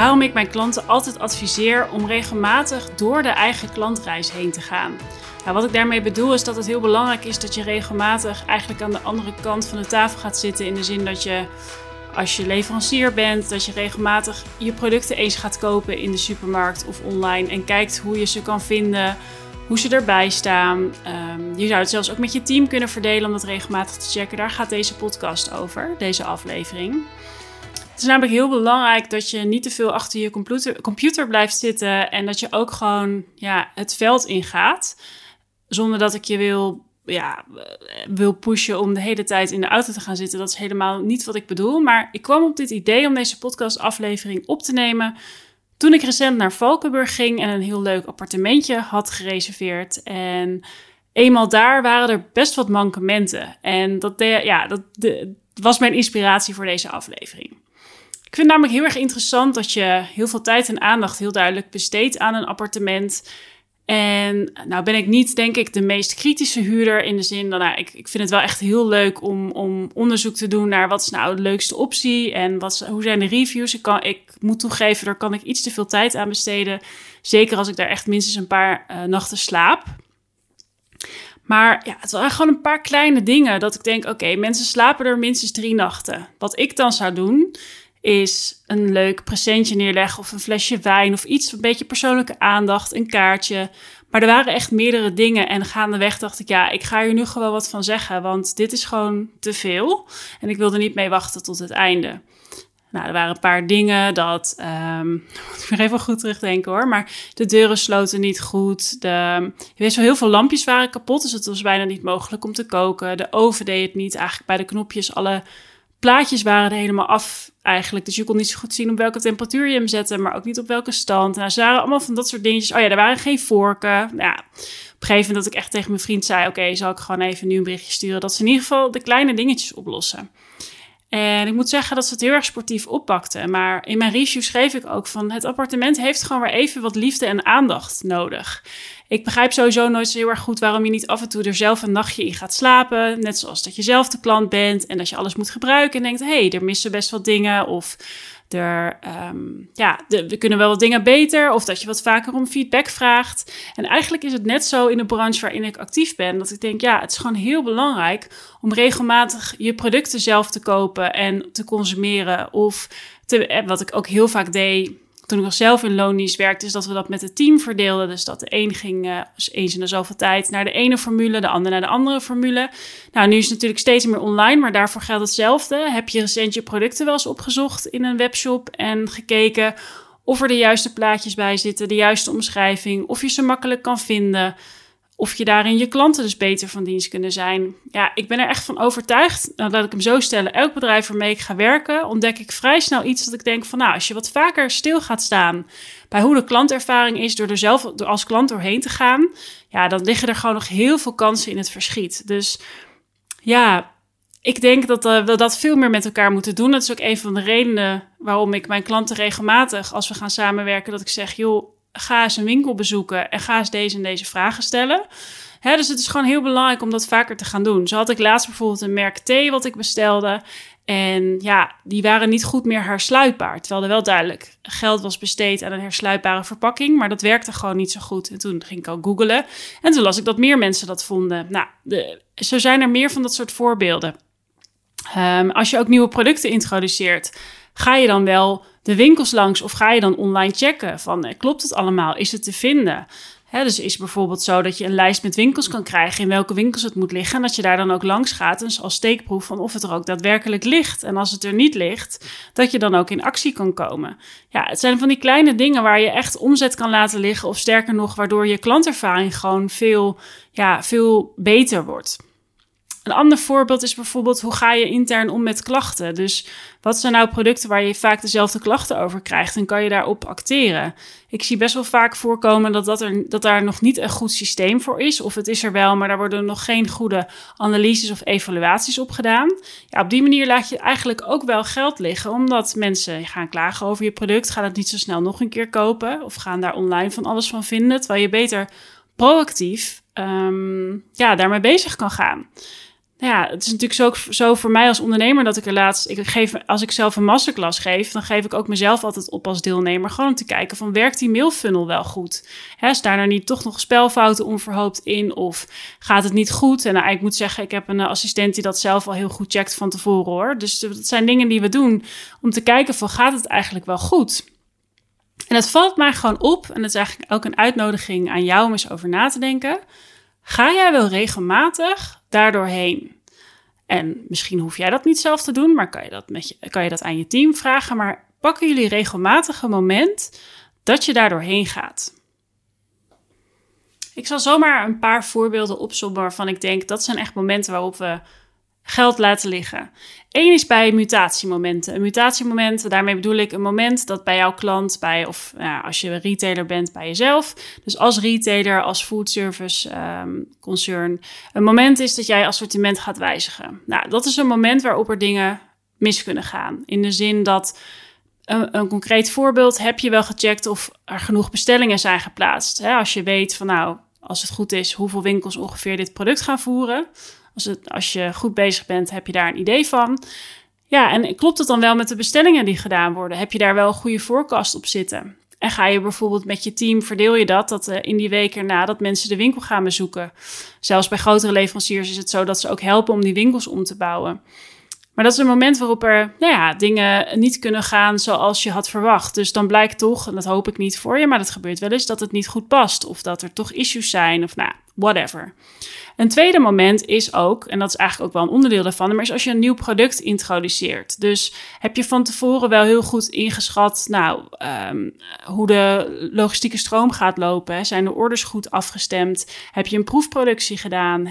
waarom ik mijn klanten altijd adviseer om regelmatig door de eigen klantreis heen te gaan. Nou, wat ik daarmee bedoel is dat het heel belangrijk is dat je regelmatig eigenlijk aan de andere kant van de tafel gaat zitten. In de zin dat je, als je leverancier bent, dat je regelmatig je producten eens gaat kopen in de supermarkt of online. En kijkt hoe je ze kan vinden, hoe ze erbij staan. Je zou het zelfs ook met je team kunnen verdelen om dat regelmatig te checken. Daar gaat deze podcast over, deze aflevering. Het is namelijk heel belangrijk dat je niet te veel achter je computer blijft zitten. En dat je ook gewoon het veld ingaat. Zonder dat ik je wil pushen om de hele tijd in de auto te gaan zitten. Dat is helemaal niet wat ik bedoel. Maar ik kwam op dit idee om deze podcastaflevering op te nemen toen ik recent naar Valkenburg ging en een heel leuk appartementje had gereserveerd. En eenmaal daar waren er best wat mankementen. En dat was mijn inspiratie voor deze aflevering. Ik vind het namelijk heel erg interessant dat je heel veel tijd en aandacht heel duidelijk besteedt aan een appartement. En nou ben ik niet, denk ik, de meest kritische huurder in de zin dat ik vind het wel echt heel leuk om onderzoek te doen naar wat is nou de leukste optie en hoe zijn de reviews. Ik moet toegeven, daar kan ik iets te veel tijd aan besteden. Zeker als ik daar echt minstens een paar nachten slaap. Maar het waren gewoon een paar kleine dingen dat ik denk, oké, mensen slapen er minstens 3 nachten. Wat ik dan zou doen is een leuk presentje neerleggen of een flesje wijn of iets, een beetje persoonlijke aandacht, een kaartje. Maar er waren echt meerdere dingen en gaandeweg dacht ik, ik ga hier nu gewoon wat van zeggen, want dit is gewoon te veel. En ik wilde niet mee wachten tot het einde. Nou, er waren een paar dingen dat, moet ik weer even goed terugdenken hoor, maar de deuren sloten niet goed. Je weet zo heel veel lampjes waren kapot, dus het was bijna niet mogelijk om te koken. De oven deed het niet, eigenlijk bij de knopjes, alle plaatjes waren er helemaal af eigenlijk. Dus je kon niet zo goed zien op welke temperatuur je hem zette, maar ook niet op welke stand. Nou, ze waren allemaal van dat soort dingetjes. Er waren geen vorken. Nou, op een gegeven moment dat ik echt tegen mijn vriend zei, oké, zal ik gewoon even nu een berichtje sturen, dat ze in ieder geval de kleine dingetjes oplossen. En ik moet zeggen dat ze het heel erg sportief oppakten. Maar in mijn review schreef ik ook van, het appartement heeft gewoon weer even wat liefde en aandacht nodig. Ik begrijp sowieso nooit zo heel erg goed waarom je niet af en toe er zelf een nachtje in gaat slapen. Net zoals dat je zelf de klant bent en dat je alles moet gebruiken. En denkt, er missen best wat dingen. Of er kunnen wel wat dingen beter. Of dat je wat vaker om feedback vraagt. En eigenlijk is het net zo in de branche waarin ik actief ben. Dat ik denk, het is gewoon heel belangrijk om regelmatig je producten zelf te kopen en te consumeren. Of wat ik ook heel vaak deed toen ik nog zelf in loondienst werkte, is dat we dat met het team verdeelden. Dus dat de een ging eens in de zoveel tijd naar de ene formule, de ander naar de andere formule. Nou, nu is het natuurlijk steeds meer online, maar daarvoor geldt hetzelfde. Heb je recent je producten wel eens opgezocht in een webshop en gekeken of er de juiste plaatjes bij zitten, de juiste omschrijving, of je ze makkelijk kan vinden, of je daarin je klanten dus beter van dienst kunnen zijn. Ik ben er echt van overtuigd, laat ik hem zo stellen, elk bedrijf waarmee ik ga werken, ontdek ik vrij snel iets dat ik denk van, als je wat vaker stil gaat staan bij hoe de klantervaring is, door er zelf als klant doorheen te gaan, dan liggen er gewoon nog heel veel kansen in het verschiet. Dus ik denk dat we dat veel meer met elkaar moeten doen. Dat is ook een van de redenen waarom ik mijn klanten regelmatig, als we gaan samenwerken, dat ik zeg, joh, ga eens een winkel bezoeken en ga eens deze en deze vragen stellen. Dus het is gewoon heel belangrijk om dat vaker te gaan doen. Zo had ik laatst bijvoorbeeld een merk thee wat ik bestelde. En die waren niet goed meer hersluitbaar. Terwijl er wel duidelijk geld was besteed aan een hersluitbare verpakking. Maar dat werkte gewoon niet zo goed. En toen ging ik ook googlen. En toen las ik dat meer mensen dat vonden. Nou, zo zijn er meer van dat soort voorbeelden. Als je ook nieuwe producten introduceert, ga je dan wel de winkels langs of ga je dan online checken van klopt het allemaal? Is het te vinden? Dus is het bijvoorbeeld zo dat je een lijst met winkels kan krijgen in welke winkels het moet liggen en dat je daar dan ook langs gaat dus als steekproef van of het er ook daadwerkelijk ligt. En als het er niet ligt, dat je dan ook in actie kan komen. Het zijn van die kleine dingen waar je echt omzet kan laten liggen of sterker nog, waardoor je klantervaring gewoon veel beter wordt. Een ander voorbeeld is bijvoorbeeld, hoe ga je intern om met klachten? Dus wat zijn nou producten waar je vaak dezelfde klachten over krijgt en kan je daarop acteren? Ik zie best wel vaak voorkomen dat daar nog niet een goed systeem voor is. Of het is er wel, maar daar worden nog geen goede analyses of evaluaties op gedaan. Op die manier laat je eigenlijk ook wel geld liggen, omdat mensen gaan klagen over je product, gaan het niet zo snel nog een keer kopen of gaan daar online van alles van vinden, terwijl je beter proactief daarmee bezig kan gaan. het is natuurlijk zo voor mij als ondernemer dat ik als ik zelf een masterclass geef, dan geef ik ook mezelf altijd op als deelnemer. Gewoon om te kijken van, werkt die mailfunnel wel goed? Staan er niet toch nog spelfouten onverhoopt in? Of gaat het niet goed? En ik moet zeggen, ik heb een assistent die dat zelf al heel goed checkt van tevoren, hoor. Dus dat zijn dingen die we doen om te kijken van, gaat het eigenlijk wel goed? En het valt mij gewoon op, en dat is eigenlijk ook een uitnodiging aan jou om eens over na te denken. Ga jij wel regelmatig daardoorheen? En misschien hoef jij dat niet zelf te doen, maar kan je dat aan je team vragen. Maar pakken jullie regelmatig een moment dat je daardoorheen gaat? Ik zal zomaar een paar voorbeelden opzommen waarvan ik denk, dat zijn echt momenten waarop we geld laten liggen. Eén is bij mutatiemomenten. Een mutatiemoment, daarmee bedoel ik een moment dat bij jouw klant, als je een retailer bent, bij jezelf. Dus als retailer, als foodservice concern, een moment is dat jij assortiment gaat wijzigen. Nou, dat is een moment waarop er dingen mis kunnen gaan. In de zin dat, een concreet voorbeeld, heb je wel gecheckt of er genoeg bestellingen zijn geplaatst? Als je weet van, als het goed is, hoeveel winkels ongeveer dit product gaan voeren. Als je goed bezig bent, heb je daar een idee van. Ja, en klopt het dan wel met de bestellingen die gedaan worden? Heb je daar wel een goede forecast op zitten? En ga je bijvoorbeeld met je team, verdeel je dat in die weken erna dat mensen de winkel gaan bezoeken? Zelfs bij grotere leveranciers is het zo dat ze ook helpen om die winkels om te bouwen. Maar dat is een moment waarop er dingen niet kunnen gaan zoals je had verwacht. Dus dan blijkt toch, en dat hoop ik niet voor je, maar dat gebeurt wel eens, dat het niet goed past. Of dat er toch issues zijn, of whatever. Een tweede moment is ook, en dat is eigenlijk ook wel een onderdeel daarvan, maar is als je een nieuw product introduceert. Dus heb je van tevoren wel heel goed ingeschat hoe de logistieke stroom gaat lopen? Zijn de orders goed afgestemd? Heb je een proefproductie gedaan?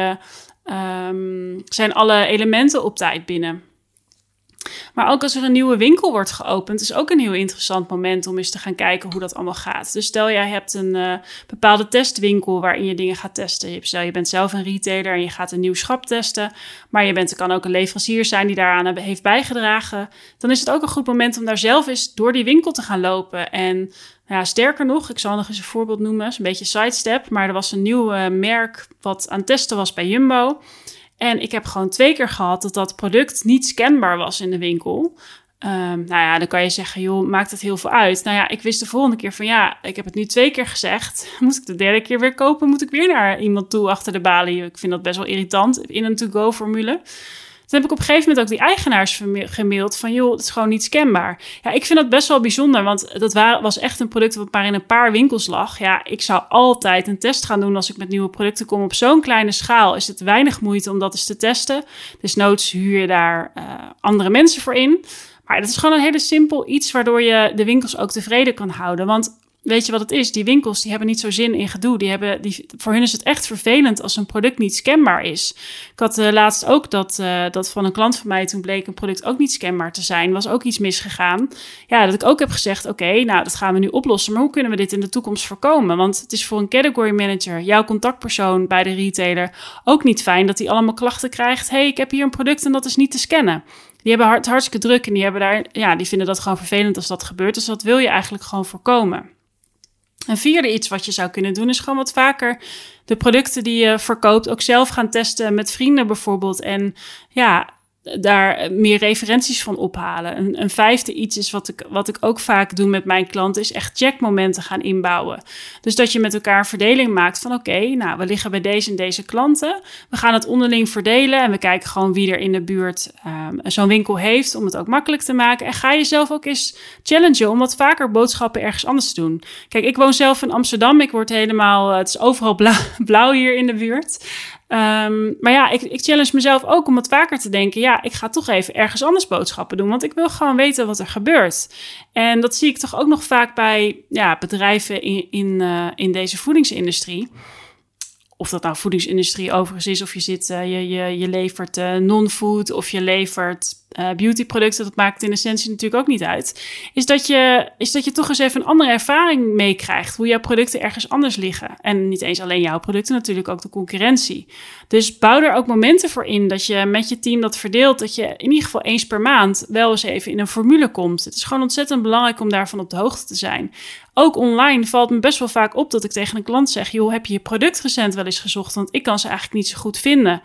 Zijn alle elementen op tijd binnen? Maar ook als er een nieuwe winkel wordt geopend, is ook een heel interessant moment om eens te gaan kijken hoe dat allemaal gaat. Dus stel jij hebt een bepaalde testwinkel waarin je dingen gaat testen. Stel je bent zelf een retailer en je gaat een nieuw schap testen, maar je kan ook een leverancier zijn die daaraan heeft bijgedragen. Dan is het ook een goed moment om daar zelf eens door die winkel te gaan lopen. En sterker nog, ik zal nog eens een voorbeeld noemen, is een beetje sidestep, maar er was een nieuw merk wat aan het testen was bij Jumbo. En ik heb gewoon 2 keer gehad dat product niet scanbaar was in de winkel. Dan kan je zeggen, joh, maakt het heel veel uit? Ik wist de volgende keer van, ik heb het nu 2 keer gezegd. Moet ik de 3e keer weer kopen? Moet ik weer naar iemand toe achter de balie? Ik vind dat best wel irritant, in een to-go formule. Toen heb ik op een gegeven moment ook die eigenaars gemaild van, joh, het is gewoon niet scanbaar. Ja, ik vind dat best wel bijzonder, want dat was echt een product wat maar in een paar winkels lag. Ja, ik zou altijd een test gaan doen als ik met nieuwe producten kom. Op zo'n kleine schaal is het weinig moeite om dat eens te testen. Desnoods huur je daar andere mensen voor in. Maar dat is gewoon een hele simpel iets waardoor je de winkels ook tevreden kan houden. Want weet je wat het is? Die winkels die hebben niet zo zin in gedoe. Voor hun is het echt vervelend als een product niet scanbaar is. Ik had laatst ook dat van een klant van mij, toen bleek een product ook niet scanbaar te zijn. Was ook iets misgegaan. Ja, dat ik ook heb gezegd, oké, dat gaan we nu oplossen. Maar hoe kunnen we dit in de toekomst voorkomen? Want het is voor een category manager, jouw contactpersoon bij de retailer, ook niet fijn dat hij allemaal klachten krijgt. Hey, ik heb hier een product en dat is niet te scannen. Die hebben hartstikke druk en die vinden dat gewoon vervelend als dat gebeurt. Dus dat wil je eigenlijk gewoon voorkomen. Een vierde iets wat je zou kunnen doen is gewoon wat vaker de producten die je verkoopt ook zelf gaan testen met vrienden bijvoorbeeld. En daar meer referenties van ophalen. Een vijfde iets is wat ik ook vaak doe met mijn klanten, is echt checkmomenten gaan inbouwen. Dus dat je met elkaar een verdeling maakt van oké, we liggen bij deze en deze klanten. We gaan het onderling verdelen en we kijken gewoon wie er in de buurt zo'n winkel heeft om het ook makkelijk te maken. En ga jezelf ook eens challengen om wat vaker boodschappen ergens anders te doen. Kijk, ik woon zelf in Amsterdam. Ik word het is overal blauw hier in de buurt. Maar ik challenge mezelf ook om wat vaker te denken, ik ga toch even ergens anders boodschappen doen, want ik wil gewoon weten wat er gebeurt. En dat zie ik toch ook nog vaak bij bedrijven in deze voedingsindustrie. Of dat nou voedingsindustrie overigens is, of je levert non-food of je levert beautyproducten, dat maakt in essentie natuurlijk ook niet uit. Is dat je toch eens even een andere ervaring meekrijgt, hoe jouw producten ergens anders liggen. En niet eens alleen jouw producten, natuurlijk ook de concurrentie. Dus bouw er ook momenten voor in dat je met je team dat verdeelt, dat je in ieder geval eens per maand wel eens even in een formule komt. Het is gewoon ontzettend belangrijk om daarvan op de hoogte te zijn. Ook online valt me best wel vaak op dat ik tegen een klant zeg, joh, heb je je product recent wel eens gezocht? Want ik kan ze eigenlijk niet zo goed vinden.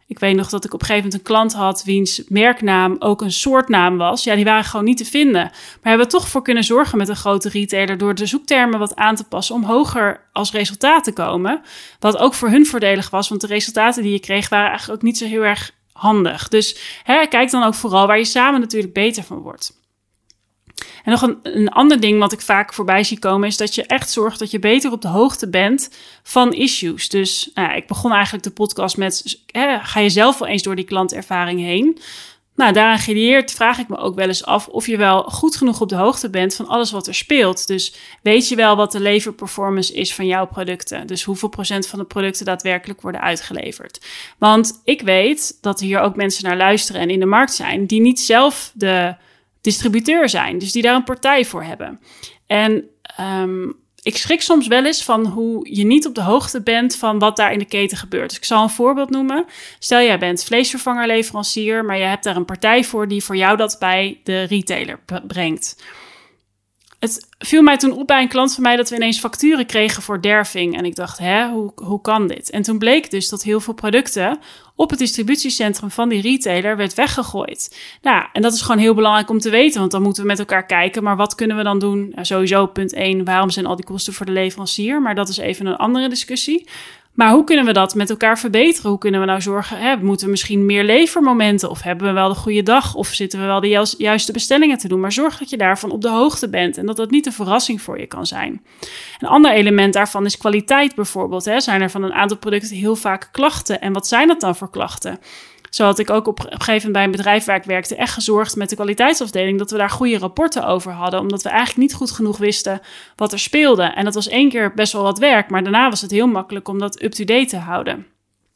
Ik weet nog dat ik op een gegeven moment een klant had wiens merknaam ook een soortnaam was. Ja, die waren gewoon niet te vinden. Maar we hebben er toch voor kunnen zorgen met een grote retailer door de zoektermen wat aan te passen om hoger als resultaat te komen. Wat ook voor hun voordelig was, want de resultaten die je kreeg waren eigenlijk ook niet zo heel erg handig. Dus kijk dan ook vooral waar je samen natuurlijk beter van wordt. En nog een ander ding wat ik vaak voorbij zie komen is dat je echt zorgt dat je beter op de hoogte bent van issues. Dus ik begon eigenlijk de podcast met, ga je zelf wel eens door die klantervaring heen? Nou, daaraan geleerd vraag ik me ook wel eens af of je wel goed genoeg op de hoogte bent van alles wat er speelt. Dus weet je wel wat de leverperformance is van jouw producten? Dus hoeveel procent van de producten daadwerkelijk worden uitgeleverd? Want ik weet dat hier ook mensen naar luisteren en in de markt zijn die niet zelf de distributeur zijn, dus die daar een partij voor hebben. En ik schrik soms wel eens van hoe je niet op de hoogte bent van wat daar in de keten gebeurt. Dus ik zal een voorbeeld noemen. Stel, jij bent vleesvervangerleverancier, maar je hebt daar een partij voor die voor jou dat bij de retailer brengt. Het viel mij toen op bij een klant van mij dat we ineens facturen kregen voor derving. En ik dacht, hoe kan dit? En toen bleek dus dat heel veel producten op het distributiecentrum van die retailer werd weggegooid. Nou, en dat is gewoon heel belangrijk om te weten, want dan moeten we met elkaar kijken. Maar wat kunnen we dan doen? Nou, sowieso, punt 1, waarom zijn al die kosten voor de leverancier? Maar dat is even een andere discussie. Maar hoe kunnen we dat met elkaar verbeteren? Hoe kunnen we nou zorgen, moeten we misschien meer levermomenten? Of hebben we wel de goede dag? Of zitten we wel de juiste bestellingen te doen? Maar zorg dat je daarvan op de hoogte bent en dat dat niet een verrassing voor je kan zijn. Een ander element daarvan is kwaliteit bijvoorbeeld. Zijn er van een aantal producten heel vaak klachten? En wat zijn dat dan voor klachten? Zo had ik ook op een gegeven moment bij een bedrijf waar ik werkte echt gezorgd met de kwaliteitsafdeling dat we daar goede rapporten over hadden. Omdat we eigenlijk niet goed genoeg wisten wat er speelde. En dat was 1 keer best wel wat werk, maar daarna was het heel makkelijk om dat up-to-date te houden.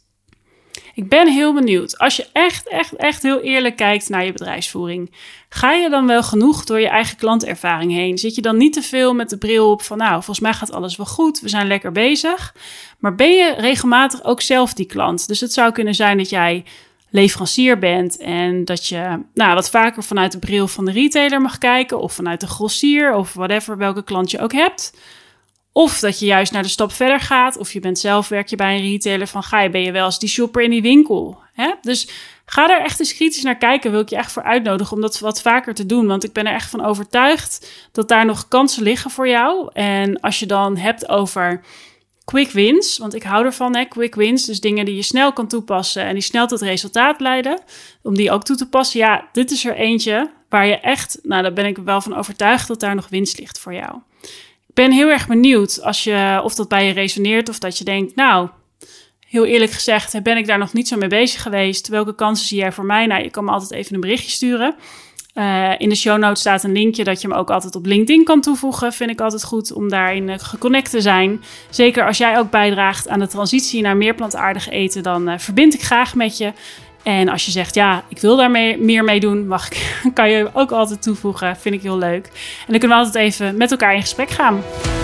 Ik ben heel benieuwd. Als je echt heel eerlijk kijkt naar je bedrijfsvoering, ga je dan wel genoeg door je eigen klantervaring heen? Zit je dan niet te veel met de bril op van volgens mij gaat alles wel goed, we zijn lekker bezig. Maar ben je regelmatig ook zelf die klant? Dus het zou kunnen zijn dat jij leverancier bent en dat je wat vaker vanuit de bril van de retailer mag kijken of vanuit de grossier of whatever, welke klant je ook hebt. Of dat je juist naar de stap verder gaat of je bent zelf, werk je bij een retailer van ben je wel eens die shopper in die winkel. Dus ga daar echt eens kritisch naar kijken, wil ik je echt voor uitnodigen om dat wat vaker te doen. Want ik ben er echt van overtuigd dat daar nog kansen liggen voor jou. En als je dan hebt over quick wins, want ik hou ervan, quick wins. Dus dingen die je snel kan toepassen en die snel tot resultaat leiden. Om die ook toe te passen. Ja, dit is er eentje waar je echt, daar ben ik wel van overtuigd dat daar nog winst ligt voor jou. Ik ben heel erg benieuwd of dat bij je resoneert of dat je denkt, heel eerlijk gezegd, ben ik daar nog niet zo mee bezig geweest. Welke kansen zie jij voor mij? Je kan me altijd even een berichtje sturen. In de show notes staat een linkje dat je me ook altijd op LinkedIn kan toevoegen. Vind ik altijd goed om daarin geconnect te zijn. Zeker als jij ook bijdraagt aan de transitie naar meer plantaardig eten, dan verbind ik graag met je. En als je zegt, ik wil daar meer mee doen, kan je ook altijd toevoegen. Vind ik heel leuk. En dan kunnen we altijd even met elkaar in gesprek gaan.